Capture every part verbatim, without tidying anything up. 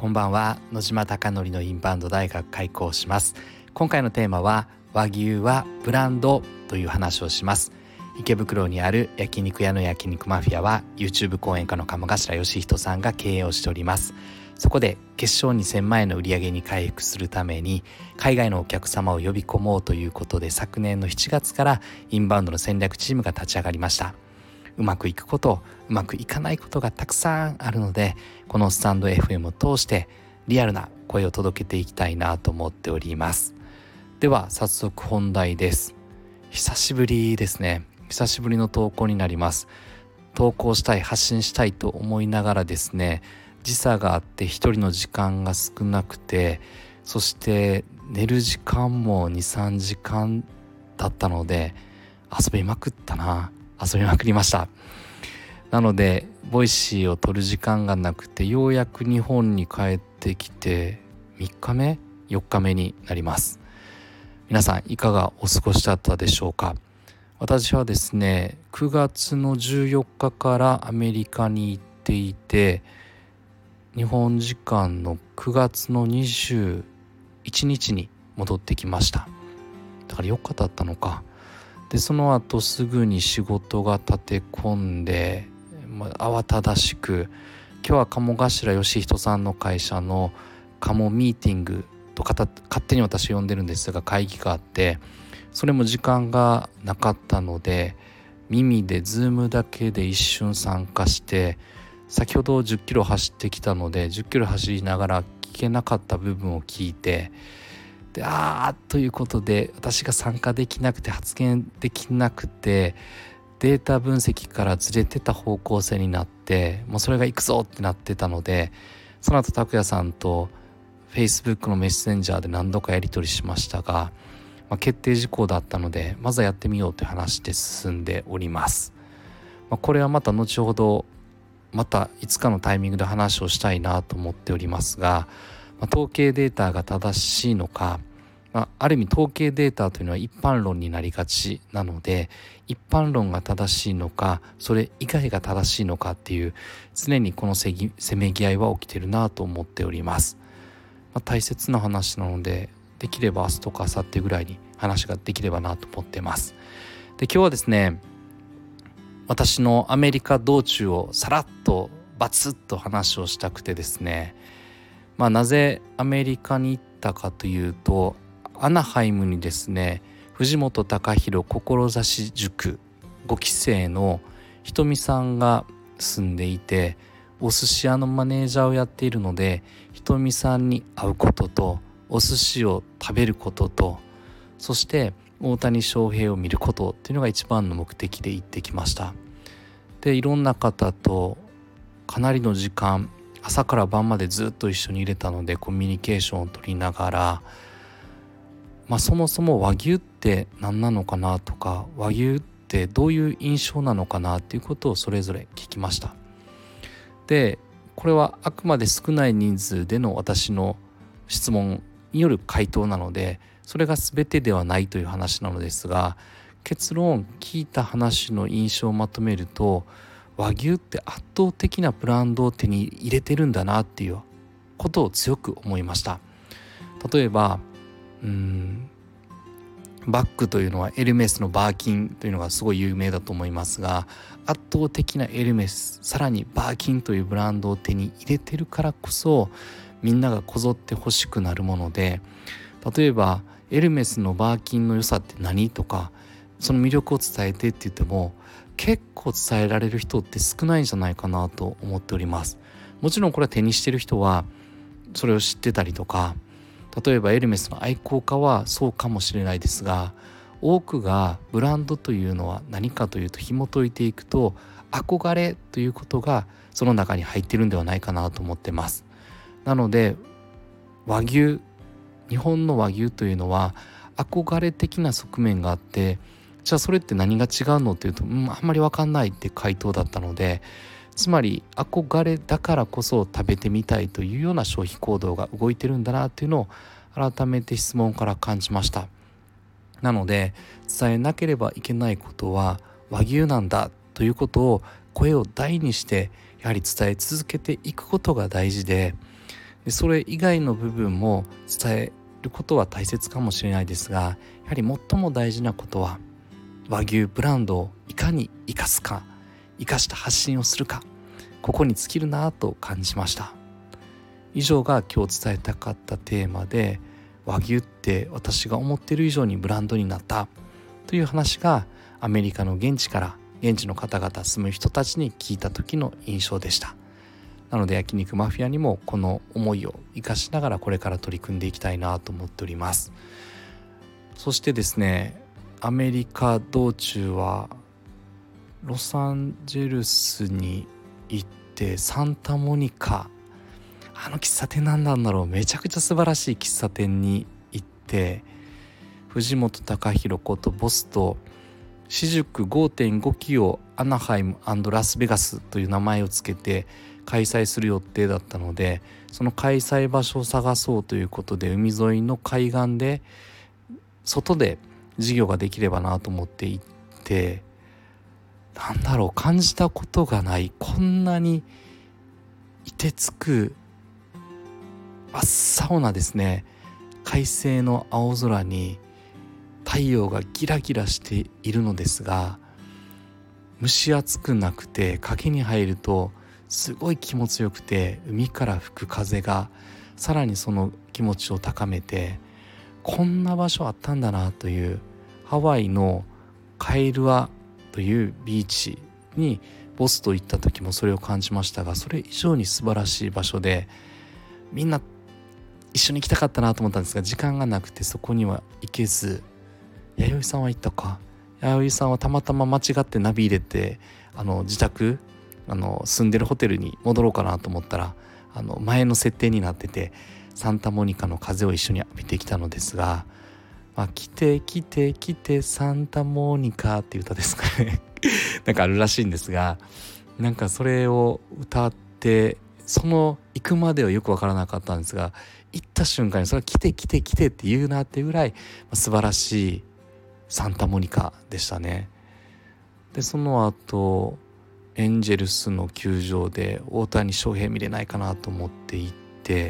こんばんは。野島貴則のインバウンド大学開講します。今回のテーマは和牛はブランドという話をします。池袋にある焼肉屋の焼肉マフィアは YouTube 講演家の鴨頭義人さんが経営をしております。そこで月賞にせんまんえんの売り上げに回復するために海外のお客様を呼び込もうということで、昨年のしちがつからインバウンドの戦略チームが立ち上がりました。うまくいくこと、うまくいかないことがたくさんあるので、このスタンド エフエム を通してリアルな声を届けていきたいなと思っております。では早速本題です。久しぶりですね。久しぶりの投稿になります。投稿したい、発信したいと思いながらですね、時差があって一人の時間が少なくて、そして寝る時間も にさんじかんだったので、遊びまくったな遊びまくりました。なのでボイシーを撮る時間がなくて、ようやく日本に帰ってきてみっかめよっかめになります。皆さんいかがお過ごしだったでしょうか。私はですね、くがつのじゅうよっかからアメリカに行っていて、日本時間のくがつのにじゅういちにちに戻ってきました。だからよっか経ったのか。でその後すぐに仕事が立て込んで、まあ、慌ただしく、今日は鴨頭義人さんの会社の鴨ミーティングと勝手に私呼んでるんですが、会議があって、それも時間がなかったので耳でズームだけで一瞬参加して、先ほどじゅっキロ走ってきたのでじゅっキロ走りながら聞けなかった部分を聞いて、であーということで私が参加できなくて発言できなくて、データ分析からずれてた方向性になって、もうそれが行くぞってなってたので、その後拓也さんと Facebook のメッセンジャーで何度かやり取りしましたが、まあ、決定事項だったのでまずはやってみようという話で進んでおります。まあ、これはまた後ほどまたいつかのタイミングで話をしたいなと思っておりますが、まあ、統計データが正しいのか、まあ、ある意味統計データというのは一般論になりがちなので、一般論が正しいのかそれ以外が正しいのかっていう、常にこのせぎせめぎ合いは起きてるなと思っております。まあ、大切な話なので、できれば明日とか明後日ぐらいに話ができればなと思っています。で今日はですね、私のアメリカ道中をさらっとバツッと話をしたくてですね、まあ、なぜアメリカに行ったかというと、アナハイムにですね、藤本隆弘志塾ごきせいのひとみさんが住んでいて、お寿司屋のマネージャーをやっているので、ひとみさんに会うこととお寿司を食べることと、そして大谷翔平を見ることっていうのが一番の目的で行ってきました。でいろんな方とかなりの時間、朝から晩までずっと一緒にいれたので、コミュニケーションを取りながら、まあ、そもそも和牛って何なのかなとか、和牛ってどういう印象なのかなっていうことをそれぞれ聞きました。でこれはあくまで少ない人数での私の質問による回答なので、それが全てではないという話なのですが、結論聞いた話の印象をまとめると、和牛って圧倒的なブランドを手に入れてるんだなっていうことを強く思いました。例えばうーんバッグというのはエルメスのバーキンというのがすごい有名だと思いますが、圧倒的なエルメス、さらにバーキンというブランドを手に入れてるからこそみんながこぞって欲しくなるもので、例えばエルメスのバーキンの良さって何とか、その魅力を伝えてって言っても結構伝えられる人って少ないんじゃないかなと思っております。もちろんこれは手にしてる人はそれを知ってたりとか、例えばエルメスの愛好家はそうかもしれないですが、多くがブランドというのは何かというと、紐解いていくと憧れということがその中に入っているんではないかなと思ってます。なので和牛、日本の和牛というのは憧れ的な側面があって、じゃあそれって何が違うのっていうと、うん、あんまり分かんないって回答だったので、つまり憧れだからこそ食べてみたいというような消費行動が動いてるんだなっていうのを改めて質問から感じました。なので伝えなければいけないことは和牛なんだということを声を大にしてやはり伝え続けていくことが大事で、 でそれ以外の部分も伝えることは大切かもしれないですが、やはり最も大事なことは和牛ブランドをいかに生かすか、生かした発信をするか、ここに尽きるなと感じました。以上が今日伝えたかったテーマで、和牛って私が思っている以上にブランドになったという話がアメリカの現地から現地の方々、住む人たちに聞いた時の印象でした。なので焼肉マフィアにもこの思いを生かしながらこれから取り組んでいきたいなと思っております。そしてですね、アメリカ道中はロサンゼルスに行ってサンタモニカ、あの喫茶店なんなんだろう、めちゃくちゃ素晴らしい喫茶店に行って、藤本隆弘ことボスと私塾 ごてんご 期をアナハイム&ラスベガスという名前をつけて開催する予定だったので、その開催場所を探そうということで海沿いの海岸で外で授業ができればなと思って行って、なんだろう、感じたことがない、こんなに凍てつく真っ青なですね、快晴の青空に太陽がギラギラしているのですが、蒸し暑くなくて影に入るとすごい気持ちよくて、海から吹く風がさらにその気持ちを高めて、こんな場所あったんだなという、ハワイのカイルアというビーチにボスと行った時もそれを感じましたが、それ以上に素晴らしい場所で、みんな一緒に行きたかったなと思ったんですが時間がなくてそこには行けず、弥生さんは行ったか、弥生さんはたまたま間違ってナビ入れて、あの自宅あの住んでるホテルに戻ろうかなと思ったら、あの前の設定になっててサンタモニカの風を一緒に浴びてきたのですが、まあ、来て来て来てサンタモニカっていう歌ですかねなんかあるらしいんですが、なんかそれを歌って、その行くまではよく分からなかったんですが、行った瞬間にそれは来て来て来てって言うなっていうぐらい、まあ、素晴らしいサンタモニカでしたね。でその後エンジェルスの球場で大谷翔平見れないかなと思って行って、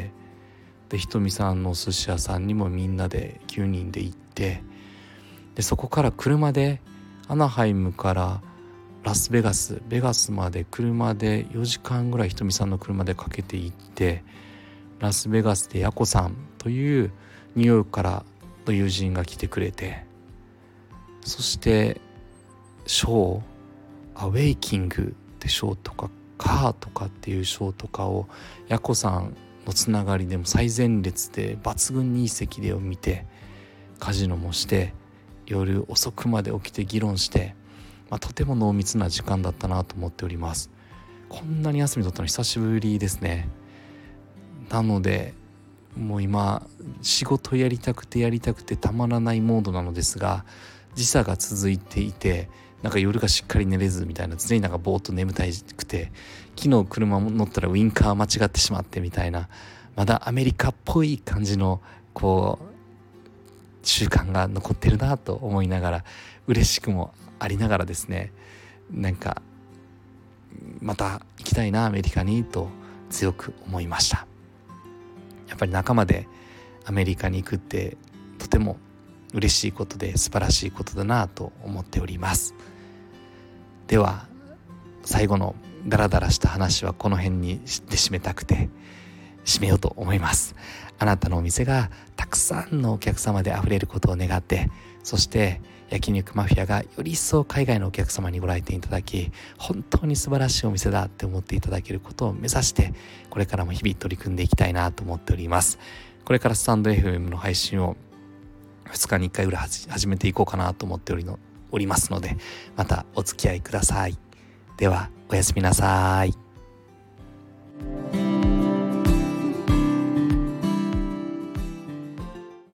でひとみさんのお寿司屋さんにもみんなできゅうにんで行って、でそこから車でアナハイムからラスベガスベガスまで車でよじかんぐらいひとみさんの車でかけて行って、ラスベガスでヤコさんというニューヨークからの友人が来てくれて、そしてショーアウェイキングってショーとかカーとかっていうショーとかをヤコさんのつながりでも最前列で抜群にいい席でを見て、カジノもして夜遅くまで起きて議論して、まあ、とても濃密な時間だったなと思っております。こんなに休み取ったの久しぶりですね。なのでもう今仕事やりたくてやりたくてたまらないモードなのですが、時差が続いていて、なんか夜がしっかり寝れずみたいな、常になんかぼーっと眠たくて、昨日車乗ったらウインカー間違ってしまってみたいな、まだアメリカっぽい感じのこう習慣が残ってるなと思いながら、嬉しくもありながらですね、なんかまた行きたいなアメリカにと強く思いました。やっぱり仲間でアメリカに行くってとても嬉しいことで素晴らしいことだなと思っております。では最後のダラダラした話はこの辺にして締めたくて締めようと思います。あなたのお店がたくさんのお客様であふれることを願って、そして焼肉マフィアがより一層海外のお客様にご来店いただき、本当に素晴らしいお店だって思っていただけることを目指して、これからも日々取り組んでいきたいなと思っております。これからスタンド エフエム の配信をふつかにいっかいぐらい始めていこうかなと思っておりのおりますので、またお付き合いください。ではおやすみなさい。